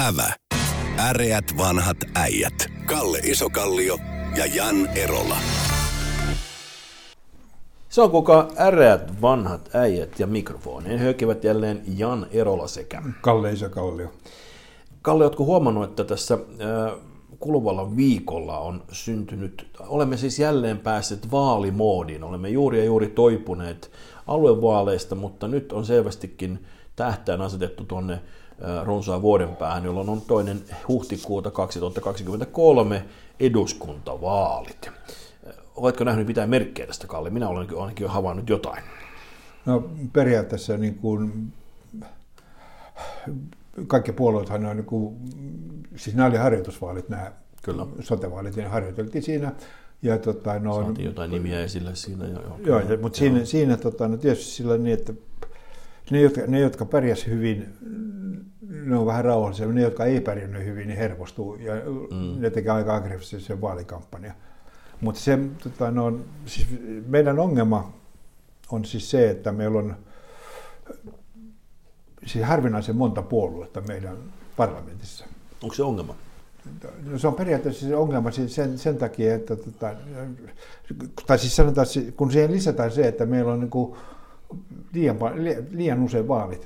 Ävä. Äreät vanhat äijät. Kalle Isokallio ja Jan Erola. Se on kuka äreät vanhat äijät ja mikrofoneen hökivät jälleen Jan Erola sekä Kalle Isokallio. Kalle, ootko huomannut, että tässä kuluvalla viikolla on syntynyt, olemme siis jälleen päässeet vaalimoodiin, olemme juuri toipuneet aluevaaleista, mutta nyt on selvästikin tähtään asetettu tuonne runsaan vuoden päähän, jolloin on 2. huhtikuuta 2023 eduskuntavaalit. Oletko nähnyt mitään merkkejä tästä, Kalle? Minä olen ainakin jo havainnut jotain. No periaatteessa niin kuin kaikki puolueethan on, niin kuin, siis nämä oli harjoitusvaalit, nämä Kyllä. sote-vaalit, ja harjoiteltiin siinä. Ja, saatiin jotain nimiä esille siinä. Joo, mutta siinä tietysti sillä niin, että ne, jotka pärjäsivät hyvin, ne on vähän rauhallisia, ne, jotka ei pärjännyt hyvin, niin hermostuu ja ne tekee aika aggressiivisen vaalikampanjan. Mutta siis meidän ongelma on siis se, että meillä on siis harvinaisen monta puoluetta meidän parlamentissa. Onko se ongelma? No, se on periaatteessa se ongelma sen takia, että tai siis sanotaan, kun siihen lisätään se, että meillä on niin kuin liian usein vaalit.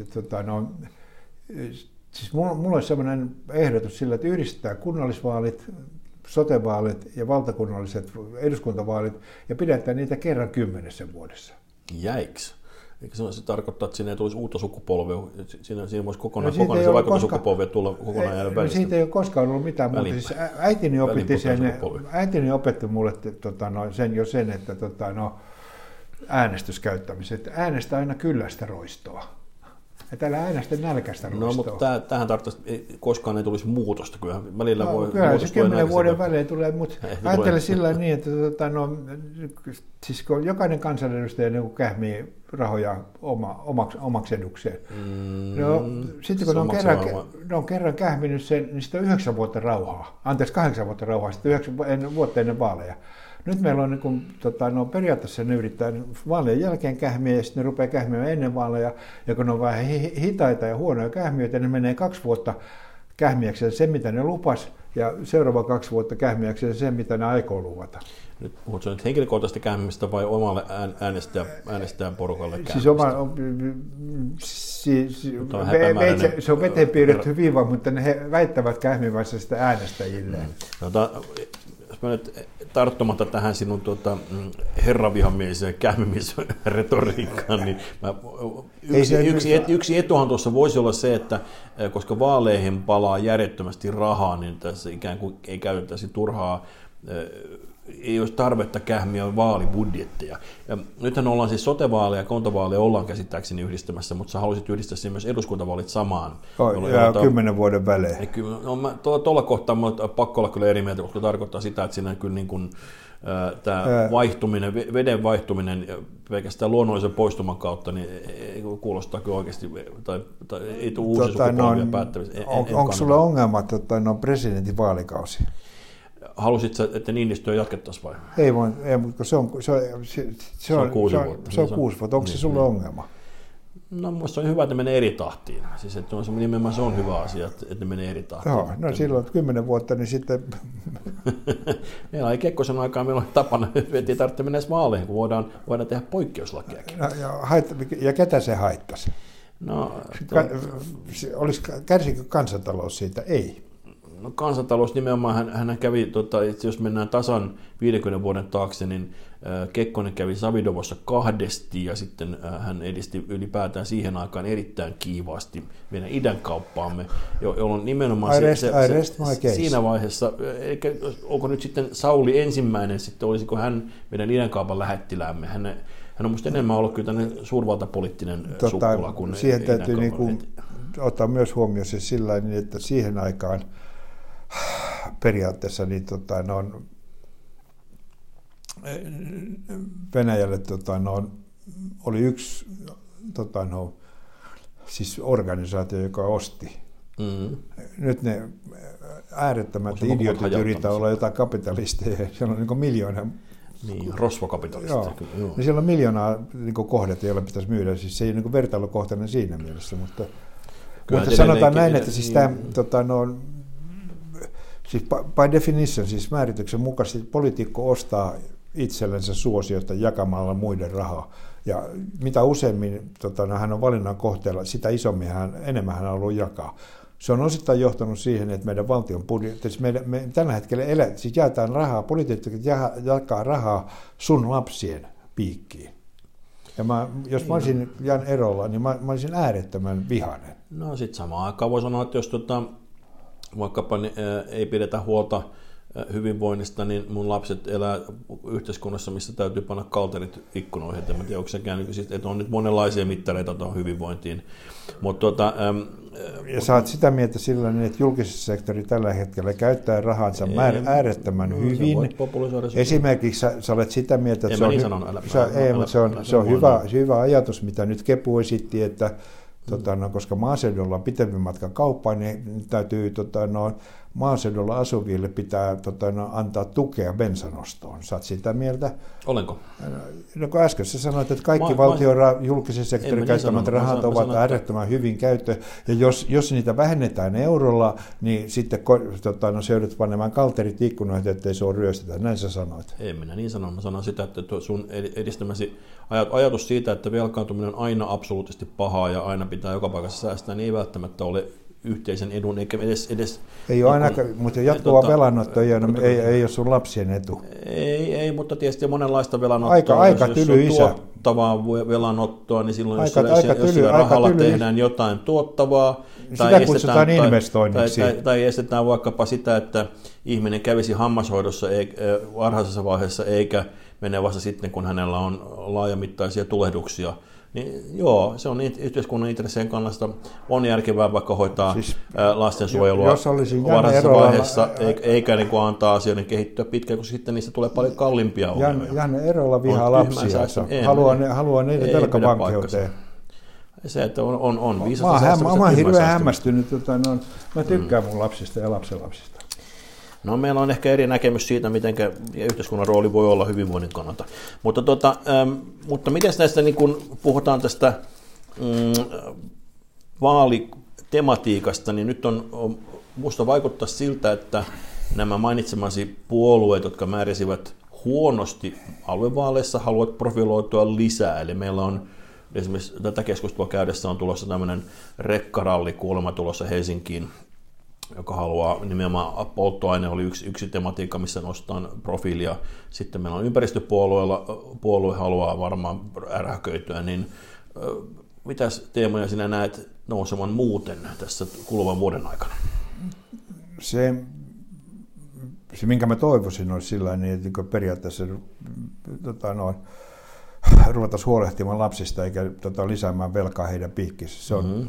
Siis mulla olisi sellainen ehdotus sillä, että yhdistetään kunnallisvaalit, sote-vaalit ja valtakunnalliset eduskuntavaalit ja pidetään niitä kerran 10 vuodessa. Jäiks. Eikö se tarkoittaa, että siinä ei tulisi uutta sukupolvea? Siinä voisi kokonaan se vaikka sukupolvea tulla kokonaan jäädä välistä. Siitä ei ole koskaan ollut mitään muuta. Siis äitini opetti mulle sen, että äänestyskäyttämiset. Äänestä aina kyllästä roistoa. Että älä äänestä nälkästä roistoa. No, mutta tähän tarkoittaa, koskaan ei tulisi muutosta. Kyllä kyllä se 10 vuoden välein tulee, mutta ajattele sillä niin, että siis kun jokainen kansanedustaja niin kähmii rahoja omaksi edukseen. Sitten kun ne on kerran kähminyt sen, niin sitten on 9 vuotta rauhaa. Anteeksi, 8 vuotta rauhaa, sitten 9 vuotta ennen vaaleja. Nyt meillä on periaatteessa ne yrittää vaalien jälkeen kähmiä ja sitten ne rupeaa kähmiä ennen vaaleja. Ja kun ne on vähän hitaita ja huonoja kähmiöitä, ne menee 2 vuotta kähmiäkseen sen, mitä ne lupas, ja seuraava 2 vuotta kähmiäkseen sen, mitä ne aikoo luvata. Nyt puhutko nyt henkilökohtaisesta kähmistä vai omalle äänestäjän porukalle kähmistä? Se on veteen piirretty viiva, mutta ne väittävät kähmivänsä sitä äänestäjilleen. Jos mä nyt tarttumatta tähän sinun herravihamielisen kähmimisretoriikkaan, niin yksi etuhan tuossa voisi olla se, että koska vaaleihin palaa järjettömästi rahaa, niin tässä ikään kuin ei käytettäisi turhaa, ei olisi tarvetta kähmiä vaalibudjetteja. Ja nythän ollaan siis sote-vaaleja ja kuntavaaleja ollaan käsittääkseni yhdistämässä, mutta sä haluaisit yhdistää siinä myös eduskuntavaalit samaan. Ja 10 vuoden välein. Tuolla kohtaa mulla on pakko olla kyllä eri mieltä, koska tarkoittaa sitä, että siinä kyllä niin kuin, tämä vaihtuminen, veden vaihtuminen pelkästään luonnollisen poistuman kautta, niin kuulostaa kyllä oikeasti, tai ei tule uusia sukupolvia päättämistä. Onko sulla ongelma presidentin vaalikausi? Halusitko, että Niinistöä jatkettaisiin vai? Ei, mutta se on 6 vuotta. Se on 6 vuotta. Onko se sulle ongelma? No minusta se on hyvä, että ne menee eri tahtiin. Siis, että nimenomaan se on hyvä asia, että ne menee eri tahtiin. Joo, no silloin 10 vuotta, niin sitten... Meillä ei Kekkosen aikaan, meillä on tapana, että ei tarvitse mennä edes vaaleihin, kun voidaan tehdä poikkeuslakiakin. No, ja ketä se haittaisi? No, kärsikö kansantalous siitä? Ei. No, kansantalous nimenomaan, hän kävi, jos mennään tasan 50 vuoden taakse, niin Kekkonen kävi Savidovossa 2 ja sitten hän edisti ylipäätään siihen aikaan erittäin kiivaasti meidän idänkauppaamme, jolloin nimenomaan siinä vaiheessa, onko nyt sitten Sauli ensimmäinen, sitten olisiko hän meidän idänkaupan lähettiläämme, hän on musta enemmän ollut kyllä tämmöinen suurvaltapoliittinen sukkula kuin siihen täytyy ottaa myös huomioon se sillä tavalla, että siihen aikaan periaatteessa niin, Venäjälle oli yksi siis organisaatio, joka osti. Mm-hmm. Nyt ne äärettömät idiotit yrittää olla jotain kapitalisteja. Siellä on niin miljoona. Niin, rosvokapitalisteja. Joo. Ja siellä on miljoonaa niin kohdetta, joilla pitäisi myydä. Siis se ei ole niin vertailukohtainen siinä mielessä, mutta Mutta sanotaan näin, että siis tämä, siis by definition, siis määrityksen mukaisesti poliitikko ostaa itsellensä suosiota jakamalla muiden rahaa. Ja mitä useammin hän on valinnan kohteella, sitä isommin enemmän hän haluaa jakaa. Se on osittain johtanut siihen, että meidän valtion budjetti, me tällä hetkellä siis jaetaan rahaa, poliitikot jakaa rahaa sun lapsien piikkiin. Ja jos mä olisin Jan Erola, niin mä olisin äärettömän vihainen. No sitten samaan aikaan voi sanoa, että jos vaikkapa ei pidetä huolta hyvinvoinnista, niin mun lapset elää yhteiskunnassa, missä täytyy panna kalterit ikkunoihin. En tiedä, onko se käynyt, että on nyt monenlaisia mittareita tuohon hyvinvointiin. Ja sä oot sitä mieltä sillä niin, että julkisessa sektori tällä hetkellä käyttää rahansa äärettömän hyvin. Esimerkiksi sä olet sitä mieltä, että se on hyvä ajatus, mitä nyt Kepu esitti, että koska maaseudulla on pitempi matka kauppaan, niin täytyy maaseudulla asuville pitää antaa tukea bensanostoon. Sä oot sitä mieltä? Olenko? No kun äsken sä sanoit, että kaikki valtion julkisen sektorin käyttämät rahat ovat äärettömän hyvin käyttö, ja jos niitä vähennetään eurolla, niin sitten se joudut panemaan kalterit ikkunoihin, ettei se ole ryöstetä. Näin sä sanoit. Ei minä niin sanon. Mä sanon sitä, että sun edistämäsi ajatus siitä, että velkaantuminen on aina absoluuttisesti pahaa ja aina pitää joka paikassa säästää, niin ei välttämättä ole yhteisen edun, eikä edes ei ole ainakaan, mutta jatkuva velanotto ei ole sun lapsien etu. Ei, mutta tietysti monenlaista velanottoa. Aika tyly isä. Tuottavaa velanottoa, niin silloin jos rahalla tehdään jotain tuottavaa, sitä kutsutaan investoinniksi. Tai estetään vaikkapa sitä, että ihminen kävisi hammashoidossa varhaisessa vaiheessa, eikä mene vasta sitten, kun hänellä on laajamittaisia tulehduksia. Niin, joo, se on yhteiskunnan intressien kannasta. On järkevää vaikka hoitaa lastensuojelua varhaisessa vaiheessa, eikä niin kuin antaa asioiden kehittyä pitkään, kun sitten niistä tulee paljon kalliimpia ongelmia. Janne Erola vihaa lapsia. Haluaa niiden velkavankeuteen. Se, että on viisasta säästämistä. Mä oon hirveän hämmästynyt. Mä tykkään mun lapsista ja lapsenlapsista. No, meillä on ehkä eri näkemys siitä, miten yhteiskunnan rooli voi olla hyvinvoinnin kannalta. Mutta miten näistä, niin kun puhutaan tästä vaalitematiikasta, niin nyt musta vaikuttaa siltä, että nämä mainitsemasi puolueet, jotka määräsivät huonosti aluevaaleissa, haluavat profiloitua lisää. Eli meillä on esimerkiksi tätä keskustelua käydessä on tulossa tämmöinen rekkaralli kuulemma tulossa Helsinkiin, joka haluaa nimenomaan, polttoaine oli yksi tematiikka, missä nostetaan profiilia. Sitten meillä on ympäristöpuolue haluaa varmaan rähköityä, niin mitäs teemoja sinä näet nousevan muuten tässä kuluvan vuoden aikana? Se minkä mä toivoisin, olisi sillä niin, että periaatteessa ruvetaan huolehtimaan lapsista eikä lisäämään velkaa heidän piikkissä. Se on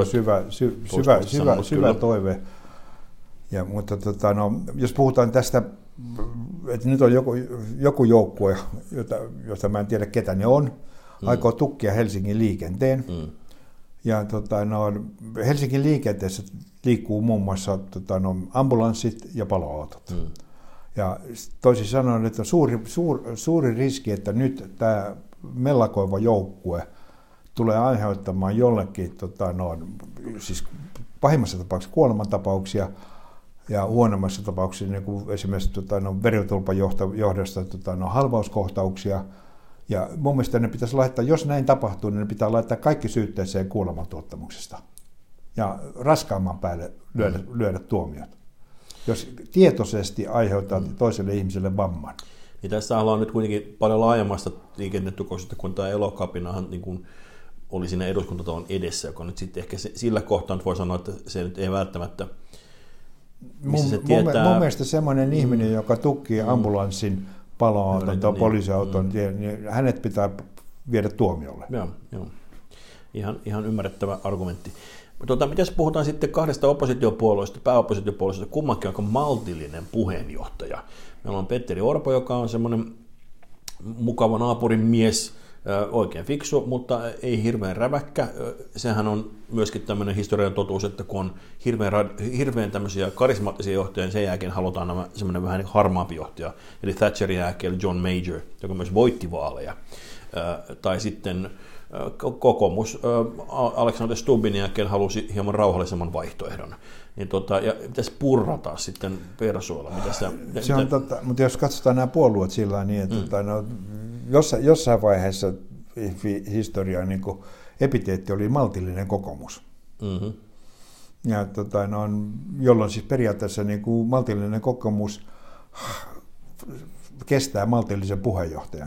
syvä toive. Ja, mutta jos puhutaan tästä, että nyt on joku joukkue, josta mä en tiedä ketä ne on, aikoo tukkia Helsingin liikenteen. Ja Helsingin liikenteessä liikkuu muun muassa ambulanssit ja paloautot. Ja toisin sanoen, että on suuri riski, että nyt tämä mellakoiva joukkue tulee aiheuttamaan jollekin siis pahimmassa tapauksessa kuolemantapauksia ja huonommassa tapauksessa niin kuin esimerkiksi veritulpan johdosta halvauskohtauksia. Ja mun mielestä ne pitäisi laittaa, jos näin tapahtuu, niin ne pitää laittaa kaikki syytteeseen kuolemantuottamuksesta ja raskaamman päälle lyödä tuomiot, jos tietoisesti aiheuttaa toiselle ihmiselle vamman. Niin tässä ollaan nyt kuitenkin paljon laajemmasta liikennetukoksesta, kun tämä Elokapinahan niin kuin oli siinä eduskuntatalon edessä, joka nyt sitten ehkä sillä kohtaa voi sanoa, että se nyt ei välttämättä, missä se tietää. Mun mielestä semmoinen ihminen, joka tukkii ambulanssin, paloauton tai poliisiauton, niin hänet pitää viedä tuomiolle. Joo. Ihan ymmärrettävä argumentti. Mitäs puhutaan sitten kahdesta oppositiopuolueesta, pääoppositiopuolueesta, kummankin aika maltillinen puheenjohtaja. Meillä on Petteri Orpo, joka on semmoinen mukava naapurin mies, oikein fiksu, mutta ei hirveän räväkkä. Sehän on myöskin tämmöinen historian totuus, että kun on hirveän tämmöisiä karismaattisia johtajia, niin sen jälkeen halutaan semmoinen vähän harmaampi johtaja. Eli Thatcherin jälkeen John Major, joka myös voitti vaaleja. Tai sitten kokoomus Alexander Stubbin jälkeen halusi hieman rauhallisemman vaihtoehdon. Niin ja pitäisi Purra sitten persoilla. Se on totta, mutta jos katsotaan nämä puolueet sillä niin, että jossain vaiheessa historiaa niin epiteetti oli maltillinen kokoomus. Mm-hmm. Ja jolloin siis periaatteessa niin kuin maltillinen kokoomus kestää maltillisen puheenjohtajan.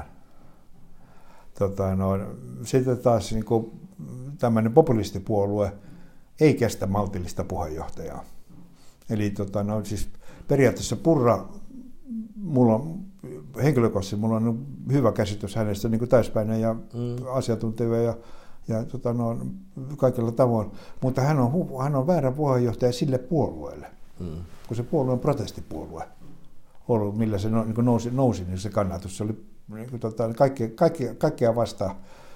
Sitten taas niin kuin tämmöinen populistipuolue ei kestä maltillista puheenjohtajaa. Eli siis periaatteessa Purra, henkilökohtaisesti mulla on hyvä käsitys hänestä niin kuin täyspäinen ja asiantunteva ja kaikilla tavoin, mutta hän on väärä puheenjohtaja sille puolueelle, kun se puolue on protestipuolue ollut, millä se nousi niin se kannatus. Se oli kaikkea vastaan.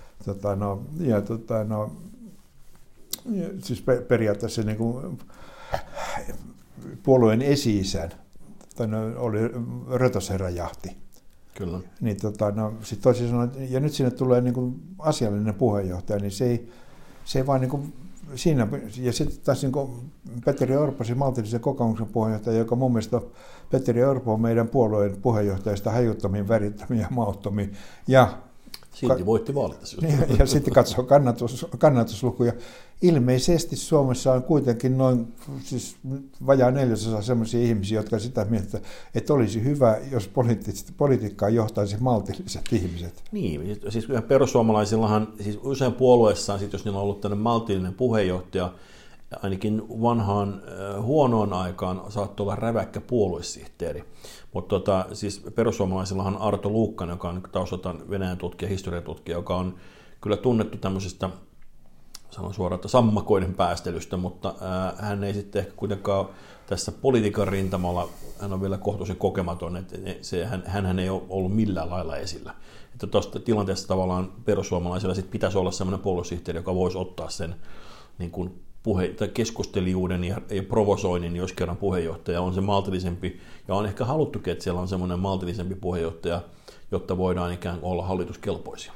Siis periaatteessa niin kuin puolueen esi-isän oli Rötösherrajahti. Kyllä. Niin, sit toisin sanoen, ja nyt sinne tulee niin kuin asiallinen puheenjohtaja, niin se ei vaan niin kuin siinä, ja sitten taas niin kuin Petteri Orpo, se maltillisen kokoomuksen puheenjohtaja, joka mun mielestä Petteri Orpo on meidän puolueen puheenjohtajista hajuttomiin, värittömiin ja mauttomiin, ja silti voitti vaalita. Ja sitten katsoo kannatuslukuja. Ilmeisesti Suomessa on kuitenkin noin siis vajaa 4% sellaisia ihmisiä, jotka sitä mieltä, että olisi hyvä, jos politiikkaa johtaisi maltilliset ihmiset. Niin, siis perussuomalaisillahan, siis usein puolueessaan, jos niillä on ollut tämmöinen maltillinen puheenjohtaja, ainakin vanhaan huonoon aikaan saattoi olla räväkkä puoluesihteeri. Mutta siis perussuomalaisillahan Arto Luukkanen, joka on taustaltaan Venäjän tutkija, historiatutkija, joka on kyllä tunnettu tämmöisestä, sanon suoraan, että sammakoiden päästelystä, mutta hän ei sitten ehkä kuitenkaan tässä politiikan rintamalla, hän on vielä kohtuullisen kokematon, että hän ei ole ollut millään lailla esillä. Että tuosta tilanteessa tavallaan perussuomalaisilla sitten pitäisi olla semmoinen puoluesihteeri, joka voisi ottaa sen niin kuin keskustelijuuden ja provosoinnin, jos kerran puheenjohtaja on se maltillisempi, ja on ehkä haluttukin, että siellä on semmoinen maltillisempi puheenjohtaja, jotta voidaan ikään kuin olla hallituskelpoisia.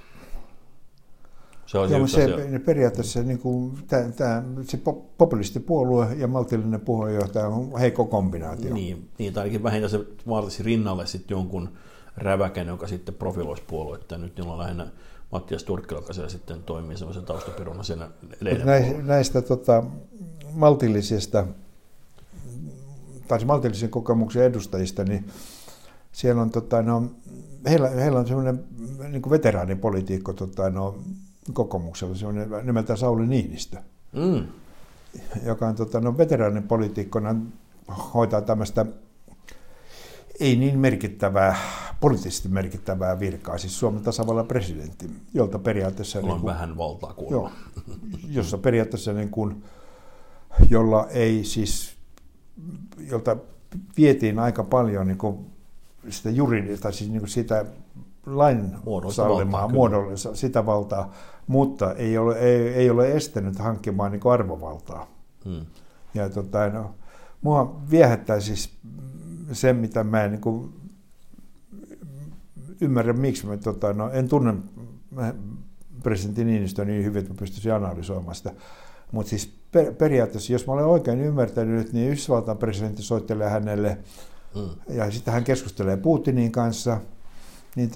Se periaatteessa niin kuin, se populistipuolue ja maltillinen puheenjohtaja on heikko kombinaatio. Niin tai ainakin vähintään se vaatisi rinnalle sitten jonkun räväkän, joka sitten profiloisi puoluetta. Nyt niillä on lähinnä Mattias Turkkila, joka siellä sitten toimii sellaisen taustaperuna siinä lehden näistä maltillisista, tai maltillisen kokemuksen edustajista, niin siellä on, heillä on semmoinen niin kuin veteraanipolitiikko kokoomuksella, semmoinen nimeltään Sauli Niinistö, joka on veteraanipolitiikkona hoitaa tämmöistä ei niin merkittävää, poliittisesti merkittävää virkaa, siis Suomen tasavallan presidentti, jolta periaatteessa on niin vähän valtaa kuulla. Jossa periaatteessa niin kuin, jolta vietiin aika paljon niin kuin sitä juridista, siis niin kuin sitä lain sallimaa muodollista sitä valtaa, mutta ei ole estänyt hankkimaan niin kuin arvovaltaa. Ja mua viehättää siis se, mitä mä en niin kuin ymmärrä, miksi mä en tunne presidentti Niinistö niin hyvin, että mä pystyisin analysoimaan sitä. Mutta siis periaatteessa, jos mä olen oikein ymmärtänyt, niin Yhdysvaltain presidentti soittelee hänelle ja sitten hän keskustelee Putinin kanssa, niin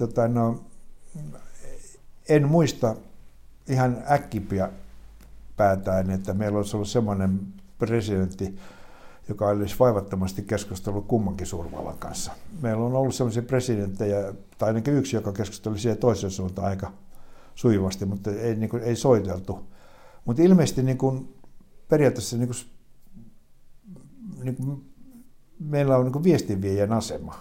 en muista ihan äkkipiä päätään, että meillä olisi ollut semmoinen presidentti, joka olisi vaivattomasti keskustellut kummankin suurvallan kanssa. Meillä on ollut sellaisia presidenttejä, tai ainakin yksi, joka keskusteli siihen toiseen suuntaan aika sujuvasti, mutta ei soiteltu. Mutta ilmeisesti periaatteessa meillä on viestinviejän asema.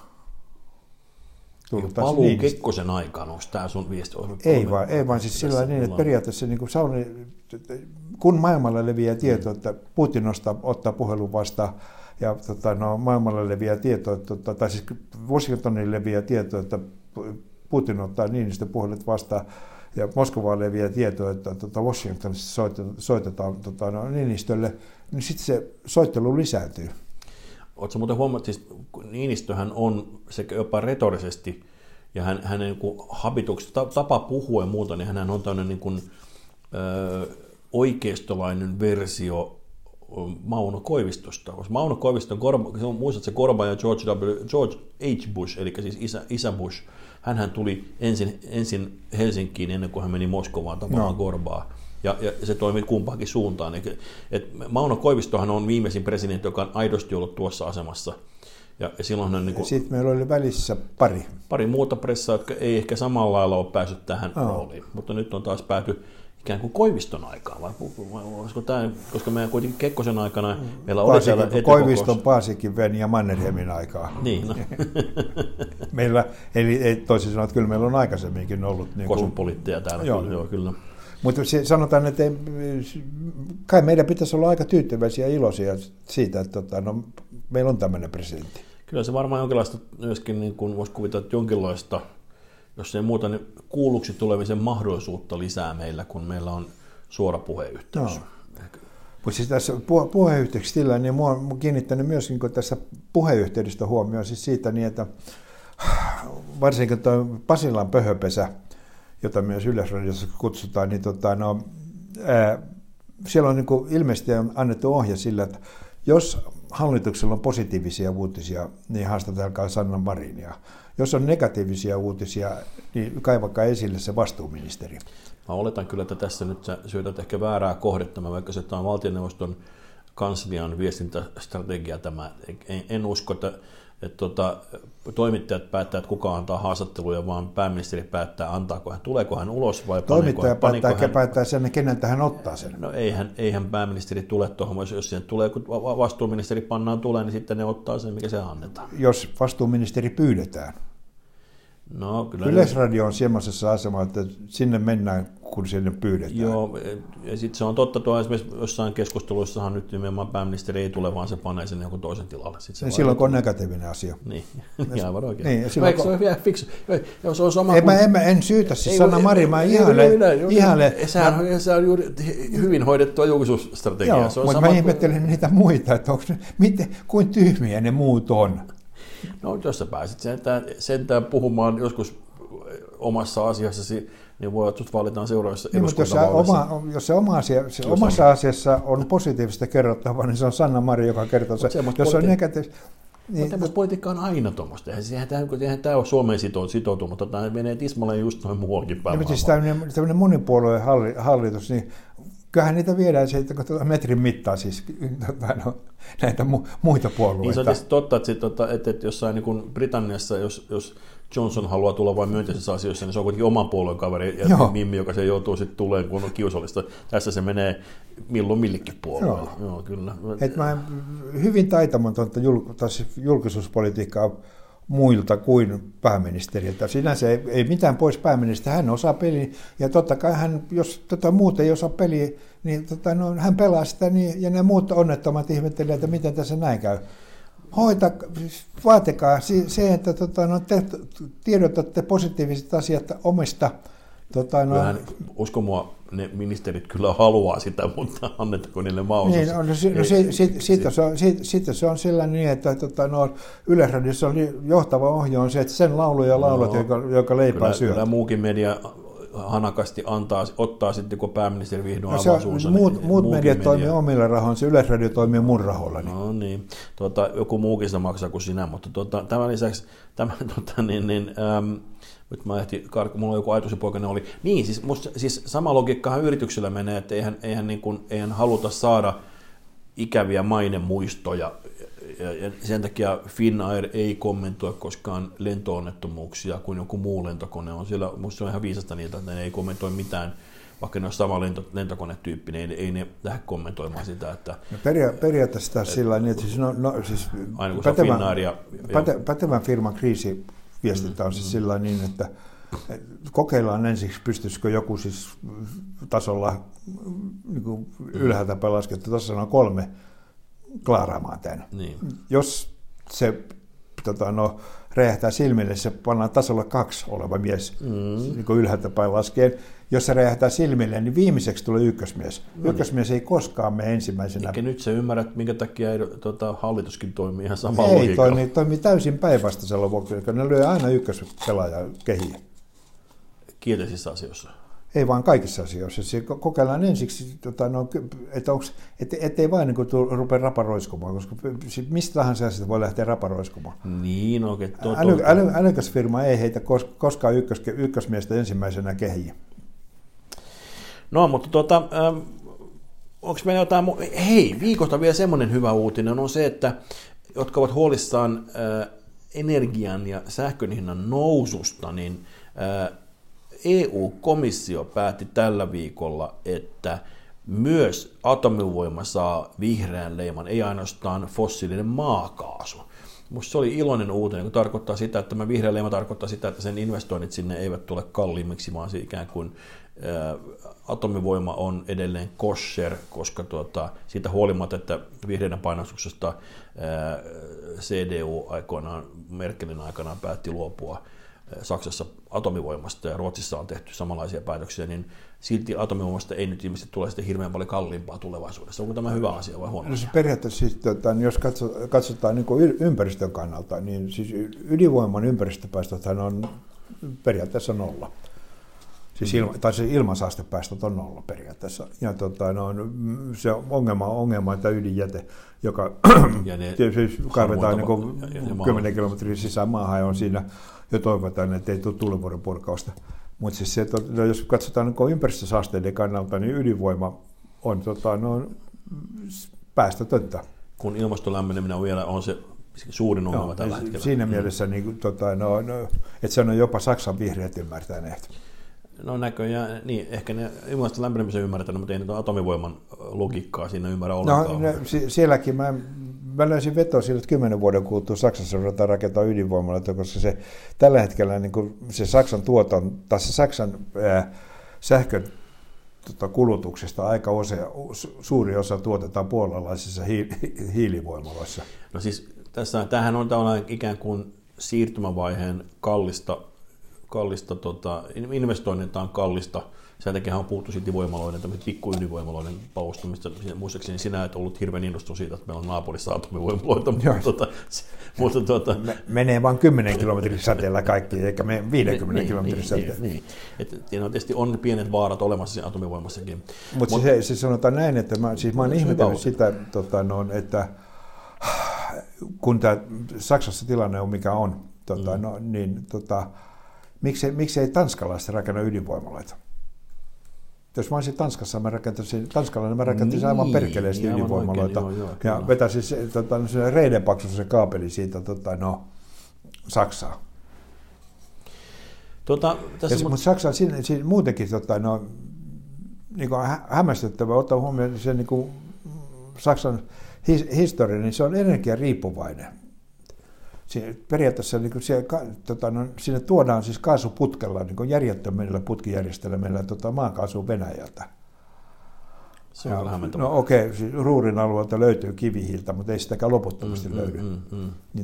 Paluu Kekkosen aikaan, onko tämä sun viesti? Ei vaan siis sillä niin, että periaatteessa kun maailmalla leviää tieto, että Putin ottaa puhelun vastaan, ja maailmalla leviää tieto, tai siis Washingtonin leviää tieto, että Putin ottaa Niinistö puhelut vastaan, ja Moskovaan leviää tieto, että Washingtonissa soitetaan Niinistölle, niin sitten se soittelu lisääntyy. Oletko muuten huomannut, siis Niinistöhän on sekä jopa retorisesti, ja hänen niin habitukset, tapa puhua ja muuta, niin hän on tämmöinen niin kuin oikeistolainen versio Mauno Koivistosta. Mauno Koivisto, muistatko Gorba ja George H. Bush, eli siis isä Bush, hänhän tuli ensin Helsinkiin ennen kuin hän meni Moskovaan tapaamaan Gorbaa. Ja se toimi kumpaankin suuntaan. Mauno Koivistohan on viimeisin presidentti, joka on aidosti ollut tuossa asemassa. Ja silloinhan sitten meillä oli välissä pari muuta pressaa, jotka ei ehkä samalla lailla ole päässyt tähän rooliin. Mutta nyt on taas pääty ikään kuin Koiviston aikaan, vai olisiko tämä, koska meidän kuitenkin Kekkosen aikana meillä oli täällä etukokous. Koiviston, Paasikin, Veni ja Mannerheimin aikaa. Niin, no. Meillä, eli toisin sanoen, että kyllä meillä on aikaisemminkin ollut. Niin kosmopoliitteja täällä, joo, kyllä. Mutta sanotaan, että kai meidän pitäisi olla aika tyytyväisiä ja iloisia siitä, että meillä on tämmöinen presidentti. Kyllä se varmaan jonkinlaista myöskin, niin kuin voisi kuvitella, että jonkinlaista, jos ei muuta, niin kuulluksi tulemisen mahdollisuutta lisää meillä, kun meillä on suora puheyhteys. No. Mutta siis tässä puheyhteydessä, niin minua on kiinnittänyt myös niin tässä puheyhteydestä huomioon siis siitä, niin että varsinkin tuo Pasilan pöhöpesä, jota myös Yleisradiossa kutsutaan, niin siellä on niin kuin ilmeisesti annettu ohje sillä, että jos hallituksella on positiivisia uutisia, niin haastatelkaa Sanna Marinia. Jos on negatiivisia uutisia, niin kaivakaa esille se vastuuministeri. Mä oletan kyllä, että tässä nyt sä syötät ehkä väärää kohdetta, vaikka se on valtioneuvoston kanslian viestintästrategia tämä. En usko, että toimittajat päättävät, että kuka antaa haastatteluja, vaan pääministeri päättää, tuleeko hän ulos vai toimittaja päättää sen, kenen hän ottaa sen. No eihän pääministeri tule tuohon, jos siihen tulee, kun vastuuministeri pannaan tulee, niin sitten ne ottaa sen, mikä se annetaan. Jos vastuuministeri pyydetään. No, kyllä Yleisradio on semmoisessa asemassa, että sinne mennään, kun sinne pyydetään. Joo, ja sitten se on totta, tuo esimerkiksi jossain keskusteluissahan nyt nimenomaan pääministeri ei tule, vaan se panee sen jonkun toisen tilalle. Silloin kun on negatiivinen asia. Niin, aivan oikein. Niin, eikö se ole vielä fiksu? Se on sama en syytä siis Sanna Marin, mä ihailen. Se on juuri hyvin hoidettua julkisuusstrategiaa. Joo, mutta mä ihmettelen niitä muita, että kuin tyhmiä ne muut on. No, jos sä pääsit sentään puhumaan joskus omassa asiassasi, niin voi olla, että valitaan seuraavassa eduskuntavaaleissa. Jos se omassa asiassa on positiivista kerrottavaa, niin se on Sanna Marin, joka kertoo se. Jos on negatiivista. Mutta tämmöistä politiikka on aina tuommoista. Eihän tämä ole Suomeen sitoutunut, mutta tämä menee tismalleen just noin muuallakin päin. Siis tämmöinen monipuolueen hallitus, niin kyllähän niitä viedään metrin mittaa, siis näitä muita puolueita. Niin se on tietysti totta, että jossain niin kuin Britanniassa, jos Johnson haluaa tulla vain myönteisissä asioissa, niin se on kuitenkin oman puolueen kaveri ja Mimmi, joka se joutuu sitten tulemaan, kun on kiusallista. Tässä se menee milloin millekin puolueelle. Joo, kyllä. Mä hyvin taitamatonta julkisuuspolitiikkaa muilta kuin pääministeriltä. Sinänsä ei mitään pois pääministeri, hän osaa peliä, ja totta kai jos muut ei osaa peliä, niin hän pelaa sitä, niin, ja ne muut onnettomat ihmettelevät, että miten tässä näin käy. Vaatikaa se, että te tiedotatte positiiviset asiat omista. Kyllähän, usko mua, ne ministerit kyllä haluaa sitä, mutta annettako niille mahdollisuus? Sitten se on sillä niin, että Yleisradiossa on johtava ohje on se, että sen lauluja laulat, joka leipää syö. Kyllä muukin media hanakasti ottaa sitten, kun pääministeri vihdoin avaa suunsa. Muut mediat toimii omilla rahoilla, Yleisradio toimii mun rahoilla. No niin, joku muukin sitä maksaa kuin sinä, mutta tämän lisäksi, nyt mä ehtin, mulla on joku ajatuspoikainen oli. Niin, siis sama logiikkahan yrityksellä menee, että eihän haluta saada ikäviä mainemuistoja. Ja sen takia Finnair ei kommentoi koskaan lentoonnettomuuksia, kun joku muu lentokone on siellä. Musta se on ihan viisasta niiltä, että ne ei kommentoi mitään, vaikka ne on sama lentokonetyyppi, niin ei ne lähde kommentoimaan sitä. Että, periaatteessa sillä niin, että siis aina kun se on Finnair pätevän firman kriisiviestintä on siis sillä niin, että kokeillaan ensiksi, pystyisikö joku siis tasolla niin ylhäältä laskettu, tuossa on 3 klaaraamaan tämän. Niin. Jos se räjähtää silmille, se pannaan tasolla 2 oleva mies niin ylhäältä päin laskeen. Jos se räjähtää silmille, niin viimeiseksi tulee ykkösmies. Ykkösmies ei koskaan mene ensimmäisenä. Eikä nyt sä ymmärrät, minkä takia hallituskin toimii ihan samalla logiikalla. Ei, toimii täysin päinvastaisella vuoksi, ne lyö aina ykköspelaaja kehiin. Kielteisissä asioissa. Ei vaan kaikissa asioissa. Se kokeillaan ensiksi, ettei vain niin rupea raparoiskumaan, koska mistä tahansa asiasta voi lähteä raparoiskumaan. Niin, okei. Älykäs firma ei heitä koskaan ykkösmiestä ensimmäisenä kehiin. No, mutta onko meillä jotain... Hei, viikosta vielä semmoinen hyvä uutinen on se, että jotka ovat huolissaan energian ja sähkön hinnan noususta, niin EU-komissio päätti tällä viikolla, että myös atomivoima saa vihreän leiman, ei ainoastaan fossiilinen maakaasu. Minusta se oli iloinen uutinen, kun tarkoittaa sitä, että tämä vihreä leima tarkoittaa sitä, että sen investoinnit sinne eivät tule kalliimmiksi, vaan ikään kuin atomivoima on edelleen kosher, koska siitä huolimatta, että vihreiden painostuksesta CDU aikoinaan, Merkelin aikanaan päätti luopua Saksassa atomivoimasta ja Ruotsissa on tehty samanlaisia päätöksiä, niin silti atomivoimasta ei nyt ilmeisesti tule sitten hirveän paljon kalliimpaa tulevaisuudessa. Onko tämä hyvä asia vai huono? No siis periaatteessa, siis, jos katsotaan niin kuin ympäristön kannalta, niin siis ydinvoiman ympäristöpäästöthän on periaatteessa nolla. Siis ilmansaastepäästöt on nolla periaatteessa. Ja se ongelma että ydinjäte, joka siis kaivetaan niin 10 kilometrin sisään maahan ja on siinä jo toivotaan, että ei tule tulivuoren purkausta. Mutta siis se, jos katsotaan niin ympäristösaasteiden kannalta, niin ydinvoima on päästötöntä. Kun ilmaston lämmeneminen vielä on se suurin ongelma tällä hetkellä. Siinä mielessä, että se on jopa Saksan vihreät ymmärtäneet. No näköjään, niin ehkä ne ilmaston lämpenemisen ymmärtänyt, mutta ei nyt logiikkaa logiikkaa siinä ymmärrä ollenkaan. No sielläkin mä löysin vetoa sillä, että 10 vuoden kuluttua Saksassa ruvetaan rakentaa ydinvoimaloita, koska se tällä hetkellä niin kuin se Saksan se Saksan sähkön kulutuksesta aika suuri osa tuotetaan puolalaisissa hiilivoimaloissa. No siis tämähän on ikään kuin siirtymävaiheen kallista investoinnilta on kallista. Sen takia on puhuttu cityvoimaloiden, tämmöisen pikkuydinvoimaloiden paustumista. Muistaakseni sinä et ollut hirveän innostunut siitä, että meillä on naapurissa atomivoimaloita. Menee vain 10 kilometrin säteellä kaikki, eikä me 50 kilometrin säteellä. Niin. Tietysti on pienet vaarat olemassa siinä atomivoimassakin. Mutta siis sanotaan näin, että mä oon ihmetellyt sitä, että kun tämä Saksassa tilanne on mikä on, miksi ei tanskalaista rakenna ydinvoimaloita? Jos mä olisin Tanskassa, mä rakentaisin aivan perkeleesti ydinvoimaloita ja vetäisin reidenpaksuisen kaapeli siitä Saksaan. Mutta Saksa siinä muutenkin niin hämmästyttävä ottaa huomioon se niin Saksan historia, niin se on energiariippuvainen. Periaatteessa niin sinne tuodaan siis kaasuputkella, niin järjettömillä putkijärjestelmillä maakaasua Venäjältä. Se on hämmentävää. No okei, siis Ruurin alueelta löytyy kivihiiltä, mutta ei sitäkään loputtomasti löydy. Niin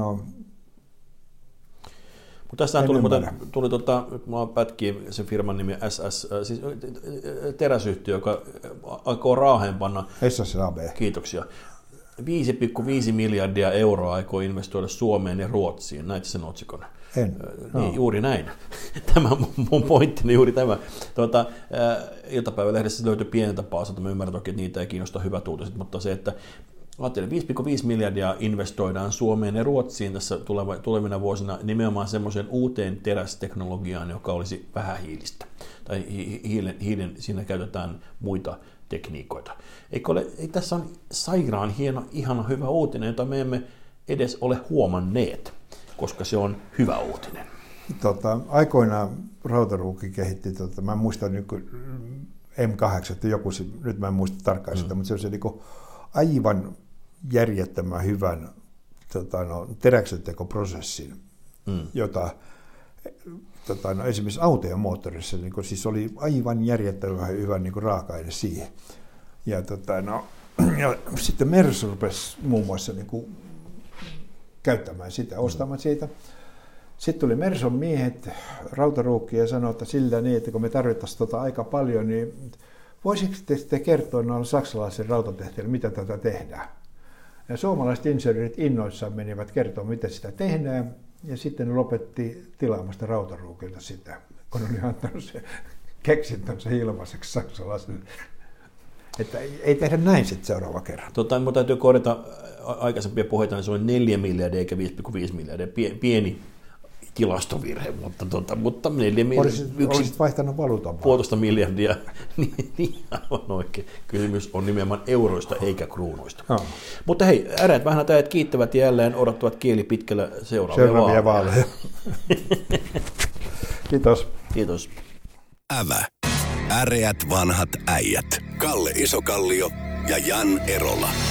mutta tässä tuli mulla pätkii sen firman nimi SS, siis teräsyhtiö, joka aikoo Raaheen panna. SSAB. Kiitoksia. 5,5 miljardia euroa aikoo investoida Suomeen ja Ruotsiin. Näit sen otsikon? En. Niin, juuri näin. Tämä mun pointtini juuri tämä. Iltapäivälehdessä löytyi pieneltä paasalta. Mä ymmärrän toki, että niitä ei kiinnosta hyvät uutiset, mutta se, että ajattelin, 5,5 miljardia investoidaan Suomeen ja Ruotsiin tässä tulevina vuosina nimenomaan semmoiseen uuteen terästeknologiaan, joka olisi vähähiilistä. Tai hiilen siinä käytetään muita tekniikoita. Ei tässä on sairaan hieno, ihana hyvä uutinen, jota me emme edes ole huomanneet, koska se on hyvä uutinen. Aikoinaan Rautaruukki kehitti, mä muistan M8, joku, nyt mä en muista tarkkaan sitä, mutta se on se niin aivan järjettömän hyvän teräksentekoprosessin, jota esimerkiksi autojen moottorissa siis oli aivan järjettömän hyvä raaka-aine siihen. Ja sitten Mersu rupesi muun muassa käyttämään sitä, ostamaan siitä. Sitten tuli Mersun miehet Rautaruukki ja sanoi, että sillä niin, että kun me tarvittaisiin aika paljon, niin voisiko te kertoa noilla saksalaisen rautatehtäjille, mitä tätä tehdään? Ja suomalaiset insinöörit innoissaan menivät kertoa, miten sitä tehdään, ja sitten ne lopetti tilaamasta Rautaruukilta sitä, kun oli antanut se keksintönsä ilmaiseksi saksalaisen. Että ei tehdä näin sitten seuraava kerran. Minun täytyy korjata aikaisempia puheita, niin se oli 4 miljardia eikä 5,5 miljardia. Pieni tilastovirhe, mutta 4 miljardia. Olisit vaihtanut valuutan. 1,5 miljardia, niin aivan oikein. Kysymys on nimenomaan euroista eikä kruunoista. No. Mutta hei, äreät vähänät äijät kiittävät jälleen, odottavat kieli pitkällä seuraavia vaaleja. Kiitos. Kiitos. Ävä. Äreät vanhat äijät. Kalle Isokallio ja Jan Erola.